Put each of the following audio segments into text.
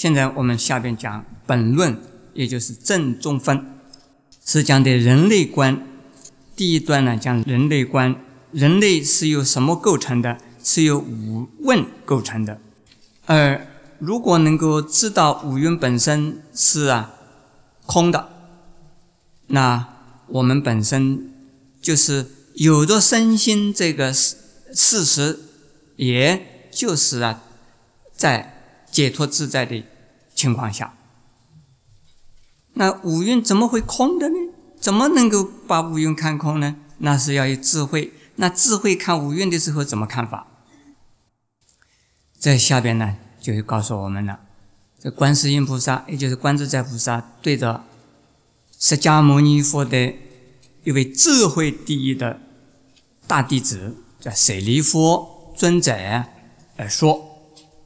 现在我们下边讲本论，也就是正中分，是讲的人类观。第一段呢讲人类观，人类是由什么构成的？是由五蕴构成的。而如果能够知道五蕴本身是空的，那我们本身就是有着身心这个事实，也就是在解脱自在的情况下。那五蕴怎么会空的呢？怎么能够把五蕴看空呢？那是要有智慧。那智慧看五蕴的时候怎么看法？在下边呢就告诉我们了，这观世音菩萨也就是观自在菩萨对着释迦牟尼佛的一位智慧第一的大弟子叫舍利弗尊者而说，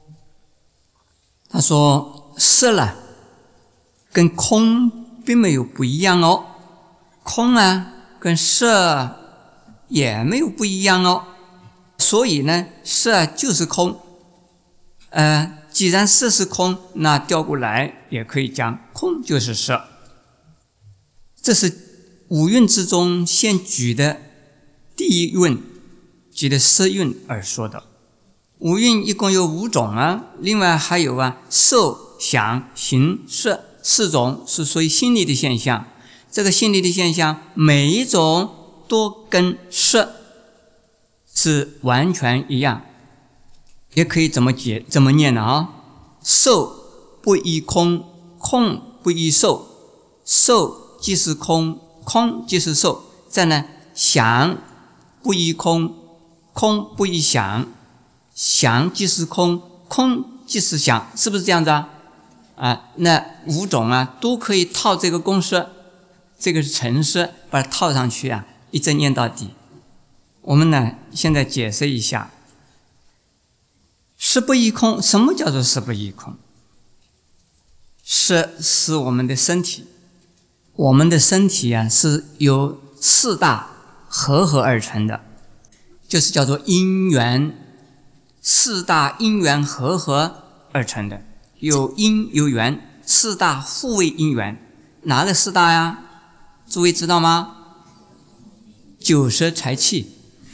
他说色跟空并没有不一样哦，空跟色也没有不一样哦，所以呢色就是空。既然色是空，那调过来也可以讲空就是色。这是五蕴之中先举的第一蕴，举的色蕴而说的。五蕴一共有五种另外还有受想行识四种是属于心理的现象。这个心理的现象每一种都跟色是完全一样，也可以怎么念呢受不异空，空不异受，受即是空，空即是受。再呢想不异空，空不异想，想即是空，空即是想，是不是这样子那五种都可以套这个公式，这个是程式，把它套上去一直念到底。我们呢现在解释一下识不异空。什么叫做识不异空？识是我们的身体，我们的身体是由四大合而成的，就是叫做因缘，四大因缘合而成的，有因有缘，四大互为因缘。哪个四大呀？诸位知道吗？九舌财气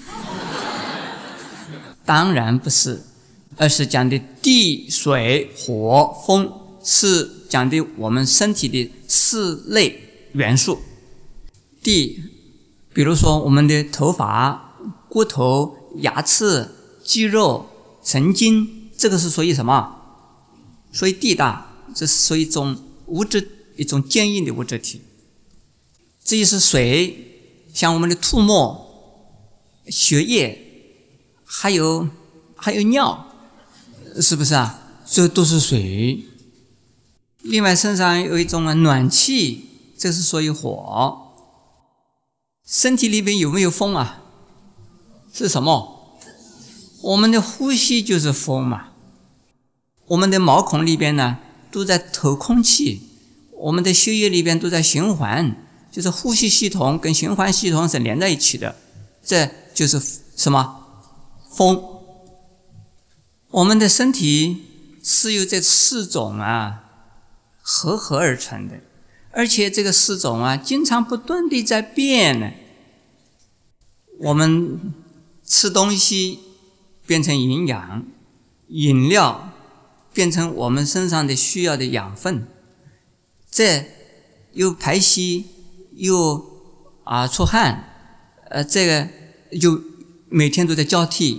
当然不是，而是讲的地水火风，是讲的我们身体的四类元素。地，比如说我们的头发、骨头、牙齿、肌肉、神经，这个是属于什么？属于地大，这是属于一种物质，一种坚硬的物质体。至于是水，像我们的吐沫、血液，还有尿，是不是这都是水。另外身上有一种暖气，这是属于火。身体里面有没有风是什么？我们的呼吸就是风嘛。我们的毛孔里边呢都在透空气，我们的血液里边都在循环，就是呼吸系统跟循环系统是连在一起的，这就是什么？风。我们的身体是由这四种合而成的，而且这个四种经常不断地在变呢。我们吃东西变成营养，饮料变成我们身上的需要的养分，这又排稀又出汗，这个就每天都在交替，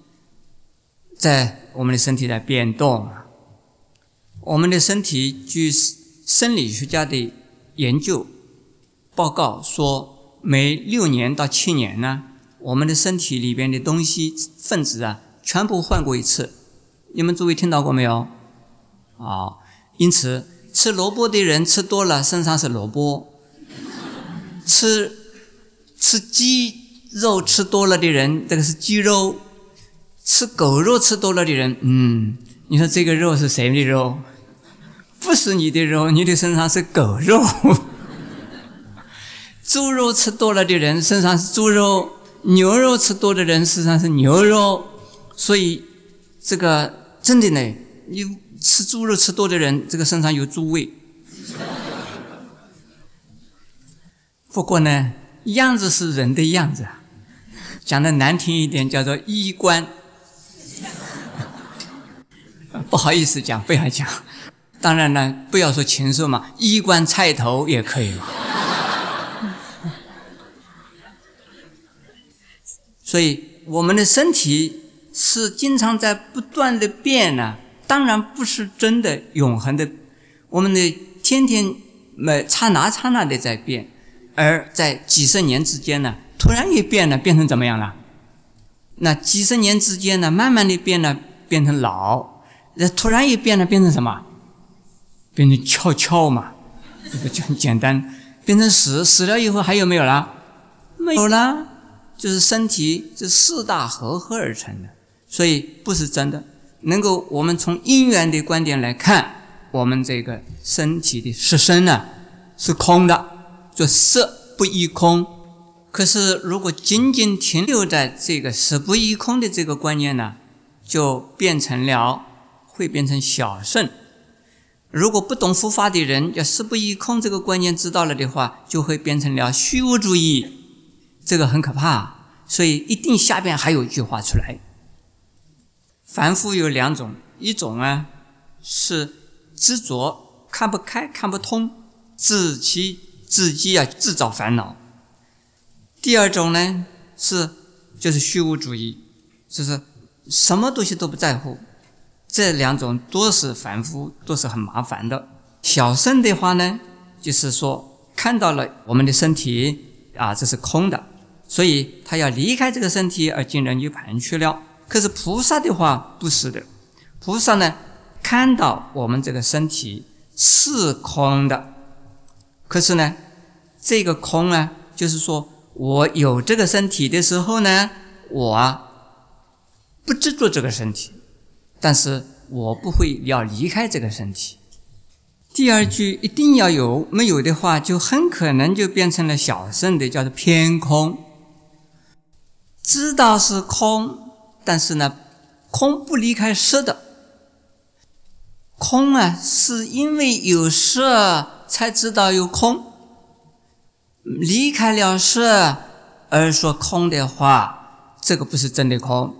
在我们的身体在变动。我们的身体据生理学家的研究报告说，每6年到7年呢，我们的身体里边的东西分子全部换过一次。你们诸位听到过没有？因此吃萝卜的人吃多了身上是萝卜，吃鸡肉吃多了的人这个是鸡肉，吃狗肉吃多了的人你说这个肉是谁的肉？不是你的肉，你的身上是狗肉。猪肉吃多了的人身上是猪肉，牛肉吃多的人身上是牛肉。所以这个真的呢，你吃猪肉吃多的人，这个身上有猪味。不过呢，样子是人的样子，讲的难听一点叫做衣冠。不好意思讲，不要讲。当然呢，不要说禽兽嘛，衣冠菜头也可以嘛。所以我们的身体是经常在不断的变啊，当然不是真的永恒的，我们的天天刹那刹那的在变，而在几十年之间呢，突然也变了，变成怎么样了？那几十年之间呢，慢慢的变了，变成老，突然也变了，变成什么？变成翘嘛，这个就很简单。变成死了以后还有没有了？没有了，就是身体这四大合而成的，所以不是真的。能够我们从因缘的观点来看，我们这个身体的实身呢是空的，就色不异空。可是如果仅仅停留在这个色不异空的这个观念呢，就会变成小圣。如果不懂佛法的人，要色不异空这个观念知道了的话，就会变成了虚无主义，这个很可怕。所以一定下边还有一句话出来，凡夫有两种，一种啊是执着，看不开看不通，自己制造烦恼。第二种呢就是虚无主义，就是什么东西都不在乎。这两种都是凡夫，都是很麻烦的。小圣的话呢，就是说看到了我们的身体啊，这是空的，所以他要离开这个身体而进人涅盘去了。可是菩萨的话不是的，菩萨呢看到我们这个身体是空的，可是呢这个空啊，就是说我有这个身体的时候呢，我不执着这个身体，但是我不会要离开这个身体。第二句一定要有，没有的话就很可能就变成了小圣的，叫做偏空。知道是空，但是呢空不离开色的。空啊是因为有色才知道有空，离开了色而说空的话，这个不是真的空。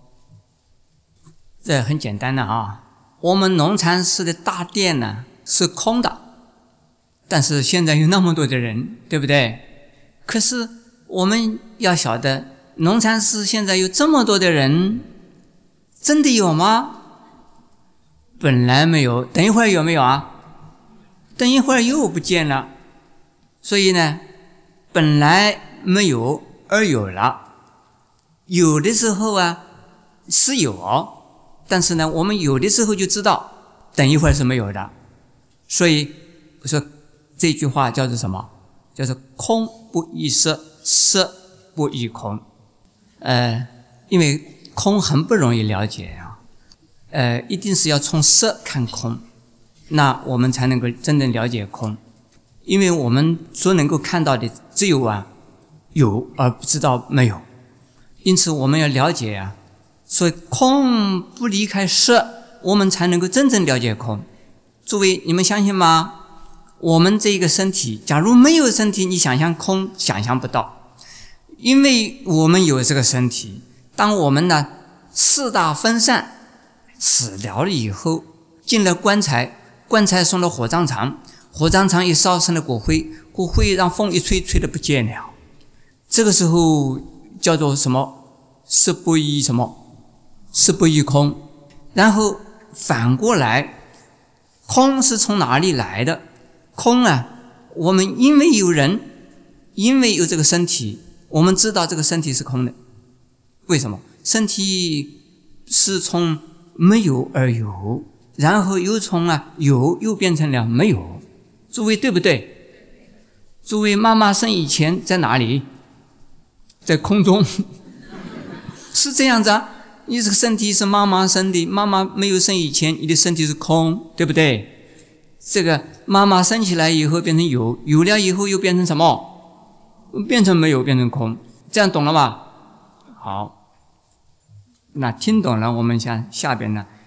这很简单的啊，我们农禅寺的大殿呢是空的，但是现在有那么多的人，对不对？可是我们要晓得，农禅寺现在有这么多的人，真的有吗？本来没有，等一会儿有没有啊？等一会儿又不见了。所以呢，本来没有而有了，有的时候啊是有，但是呢我们有的时候就知道等一会儿是没有的。所以我说这句话叫做什么？叫做空不异色，色不异空。因为空很不容易了解啊，一定是要从色看空，那我们才能够真正了解空。因为我们所能够看到的只有有而不知道没有，因此我们要了解啊，所以空不离开色，我们才能够真正了解空。诸位你们相信吗？我们这个身体假如没有身体，你想象空想象不到，因为我们有这个身体。当我们呢四大分散死了了以后，进了棺材，棺材送到火葬场，火葬场一烧成了骨灰，骨灰让风一吹，吹得不见了。这个时候叫做什么？色不异什么？色不异空。然后反过来，空是从哪里来的？空啊，我们因为有人，因为有这个身体，我们知道这个身体是空的。为什么？身体是从没有而有，然后又从有又变成了没有。诸位对不对？诸位妈妈生以前在哪里？在空中。是这样子啊，你这个身体是妈妈生的，妈妈没有生以前你的身体是空，对不对？这个妈妈生起来以后变成有，有了以后又变成什么？变成没有，变成空。这样懂了吗？好，那听懂了，我们下边呢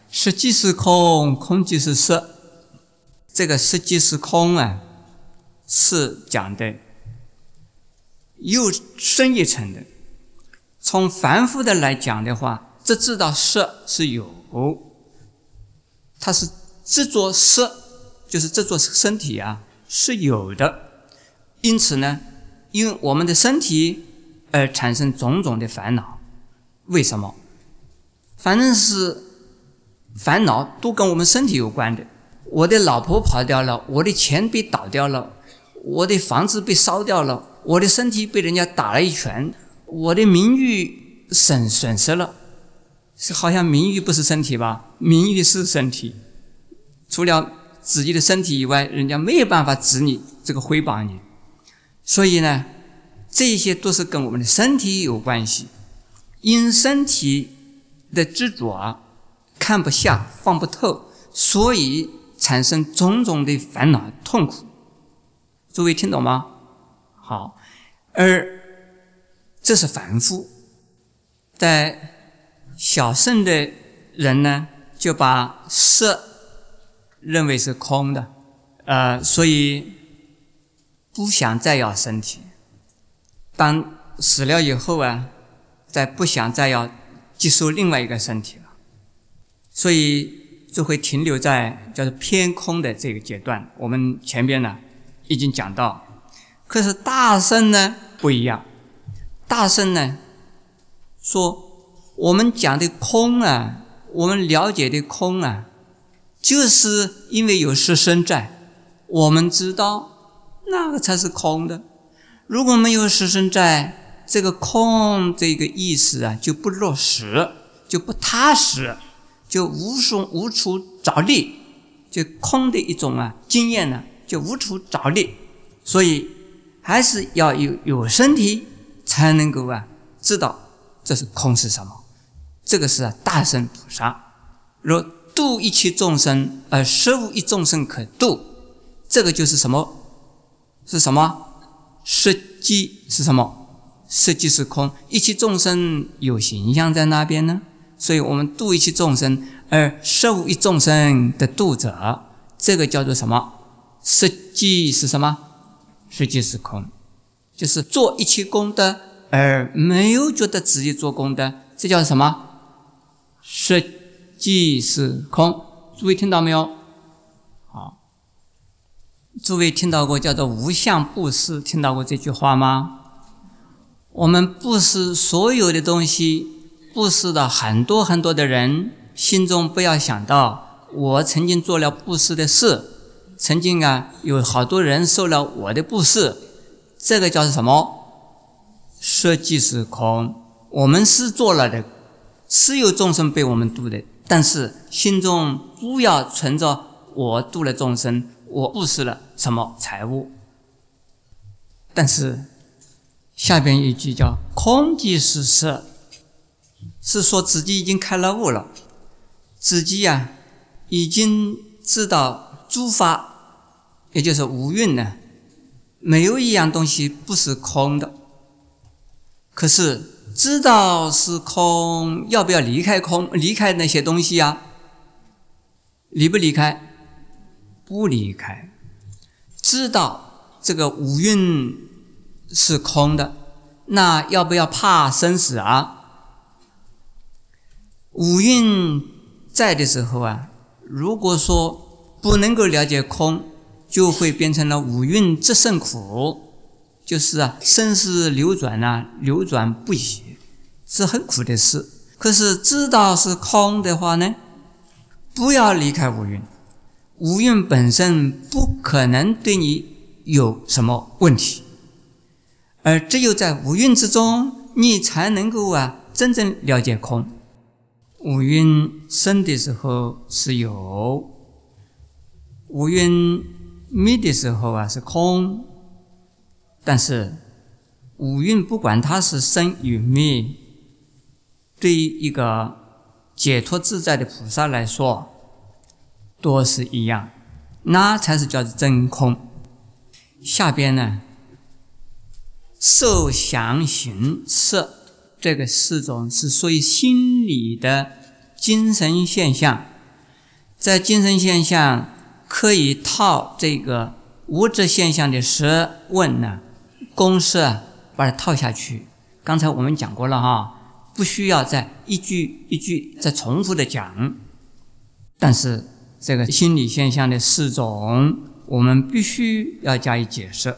色即是空，空即是色。这个色即是空啊，是讲的又深一层的。从凡夫的来讲的话，只知道色是有，它是这座色，就是这座身体啊是有的。因此呢，因为我们的身体而产生种种的烦恼。为什么？反正是烦恼都跟我们身体有关的。我的老婆跑掉了，我的钱被倒掉了，我的房子被烧掉了，我的身体被人家打了一拳，我的名誉损失了。好像名誉不是身体吧？名誉是身体，除了自己的身体以外，人家没有办法指你这个诽谤你。所以呢，这些都是跟我们的身体有关系。因身体的执着啊，看不下放不透，所以产生种种的烦恼痛苦。诸位听懂吗？好，而这是凡夫。在小乘的人呢，就把色认为是空的，所以不想再要身体。当死了以后啊，再不想再要接受另外一个身体了，所以就会停留在叫做偏空的这个阶段。我们前边呢已经讲到，可是大乘呢不一样。大乘呢说，我们讲的空啊，我们了解的空啊，就是因为有色身在，我们知道那个才是空的。如果没有色身在，这个空这个意思啊就不落实，就不踏实，就无处着力，就空的一种经验呢就无处着力。所以还是要有身体才能够知道这是空是什么。这个是大乘菩萨若度一切众生而实无一众生可度，这个就是什么？是什么？色即是什么？色即是空。一切众生有形象在那边呢，所以我们度一切众生而实无一众生的度者，这个叫做什么？色即是什么？色即是空，就是做一切功德而没有觉得自己做功德，这叫什么？色即是空。诸位听到没有？好，诸位听到过叫做无相布施，听到过这句话吗？我们布施所有的东西，布施了很多很多的人，心中不要想到我曾经做了布施的事，曾经有好多人受了我的布施，这个叫什么？色即是空。我们是做了的，是有众生被我们度的，但是心中不要存着我度了众生，我布施了什么财物。但是下边一句叫空即是色，是说自己已经开了悟了，自己已经知道诸法，也就是五蕴呢，没有一样东西不是空的。可是知道是空，要不要离开空？离开那些东西离不离开？不离开。知道这个五蕴是空的，那要不要怕生死五蕴在的时候如果说不能够了解空，就会变成了五蕴自胜苦，就是生死流转流转不已，是很苦的事。可是知道是空的话呢，不要离开五蕴，五蕴本身不可能对你有什么问题，而只有在五蕴之中，你才能够真正了解空。五蕴生的时候是有，五蕴灭的时候是空。但是五蕴不管它是生与灭，对于一个解脱自在的菩萨来说都是一样，那才是叫做真空。下边呢，受想行识这个四种是属于心理的精神现象， 在精神现象可以套这个物质现象的实问呢，公式把它套下去。刚才我们讲过了哈，不需要再一句一句再重复的讲。但是这个心理现象的4种，我们必须要加以解释。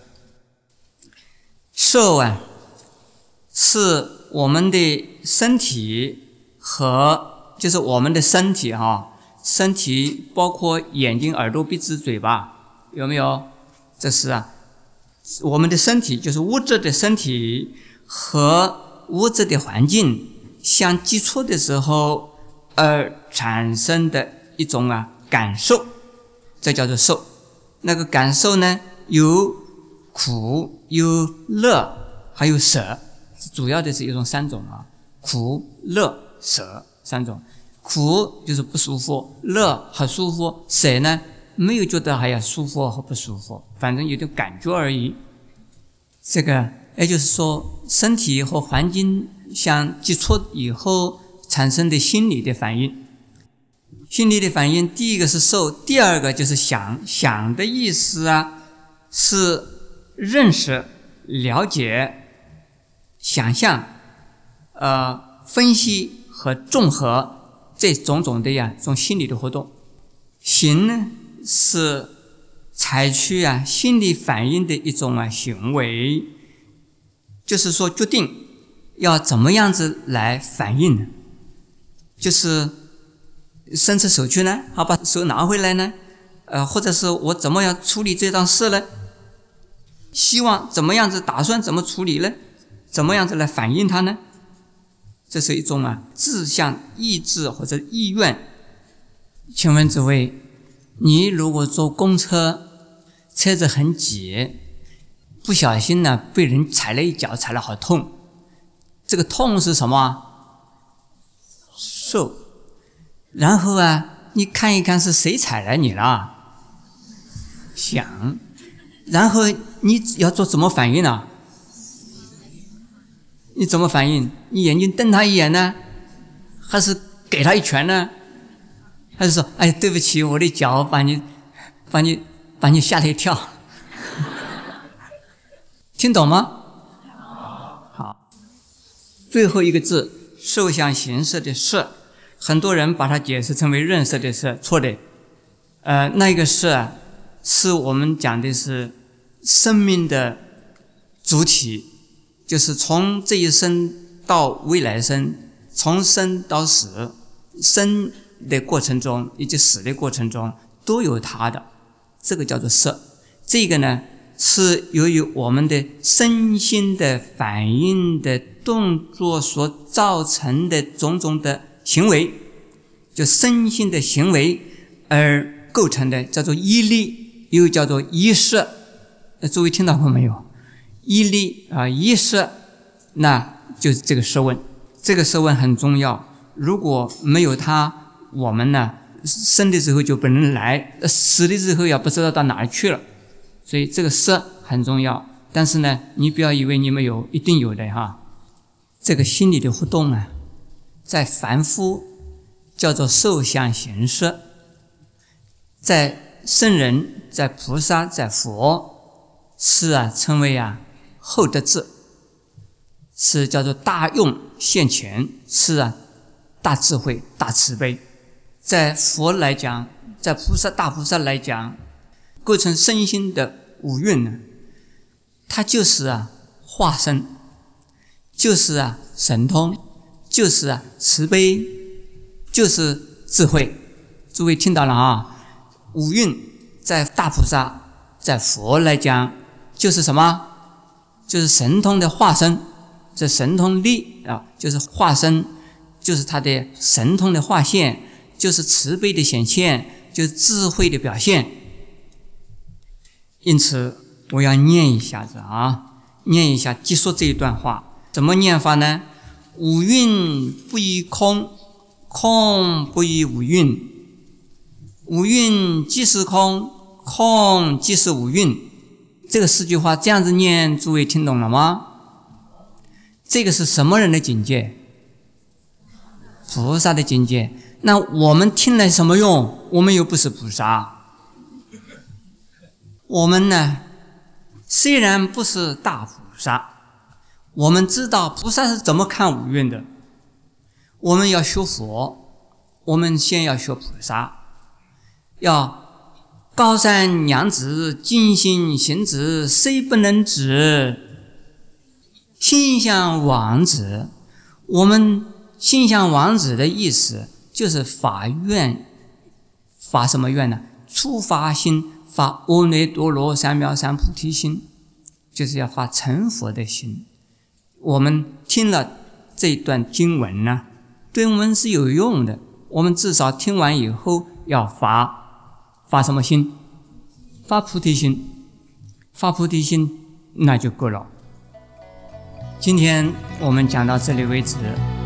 受是我们的身体和就是我们的身体身体包括眼睛、耳朵、鼻子、嘴巴，有没有？这是我们的身体，就是物质的身体和物质的环境相接触的时候而产生的一种感受，这叫做受。那个感受呢，有苦、有乐，还有舍，主要的是一种3种苦、乐、舍3种。苦就是不舒服，乐很舒服，舍呢没有觉得还要舒服和不舒服，反正有点感觉而已。这个也就是说，身体和环境相接触以后产生的心理的反应。心理的反应，第一个是受，第二个就是想。想的意思是认识、了解、想象、分析和综合这种种的这种心理的活动。行呢是采取心理反应的一种行为，就是说决定要怎么样子来反应呢？就是伸出手去呢，好把手拿回来呢，或者是我怎么样处理这档事呢？希望怎么样子，打算怎么处理呢？怎么样子来反映它呢？这是一种志向、意志或者意愿。请问诸位，你如果坐公车，车子很挤，不小心被人踩了一脚，踩了好痛，这个痛是什么？受。然后你看一看是谁踩了你了，想。然后你要做怎么反应呢？你怎么反应？你眼睛瞪他一眼呢，还是给他一拳呢？还是说，哎，对不起，我的脚把你吓了一跳？听懂吗？好。最后一个字，受想行识的识，很多人把它解释成为认识的识，错的。那个识是我们讲的是生命的主体，就是从这一生到未来生，从生到死，生的过程中以及死的过程中都有它的，这个叫做识。这个呢是由于我们的身心的反应的动作所造成的种种的行为，就身心的行为而构成的，叫做依力，又叫做依识。诸位听到过没有？依力依识，那就是这个识问。这个识问很重要，如果没有它，我们生的时候就不能来，死的时候也不知道到哪儿去了。所以这个识很重要。但是你不要以为你没有，一定有的这个心理的活动在凡夫叫做受想行识，在圣人、在菩萨、在佛是称为后得智，是叫做大用现前，是大智慧、大慈悲。在佛来讲，在大菩萨来讲，构成身心的五蕴呢，它就是化身，就是神通，就是慈悲，就是智慧。诸位听到了五蕴在大菩萨、在佛来讲就是什么？就是神通的化身。这神通力就是化身，就是它的神通的化现，就是慈悲的显现，就是智慧的表现。因此我要念一下子念一下结束这一段话。怎么念法呢？五蕴不异空，空不异五蕴，五蕴即是空，空即是五蕴。这个4句话这样子念，诸位听懂了吗？这个是什么人的境界？菩萨的境界。那我们听了什么用？ 我们又不是菩萨。我们呢，虽然不是大菩萨，我们知道菩萨是怎么看五蕴的。我们要学佛，我们先要学菩萨，要高山仰止，尽心行止，虽不能止，心向往止。我们心向往止的意思就是发愿，发什么愿呢？初发心，发阿耨多罗三藐三菩提心，就是要发成佛的心。我们听了这段经文呢，对我们是有用的。我们至少听完以后要发什么心？发菩提心。发菩提心那就够了。今天我们讲到这里为止。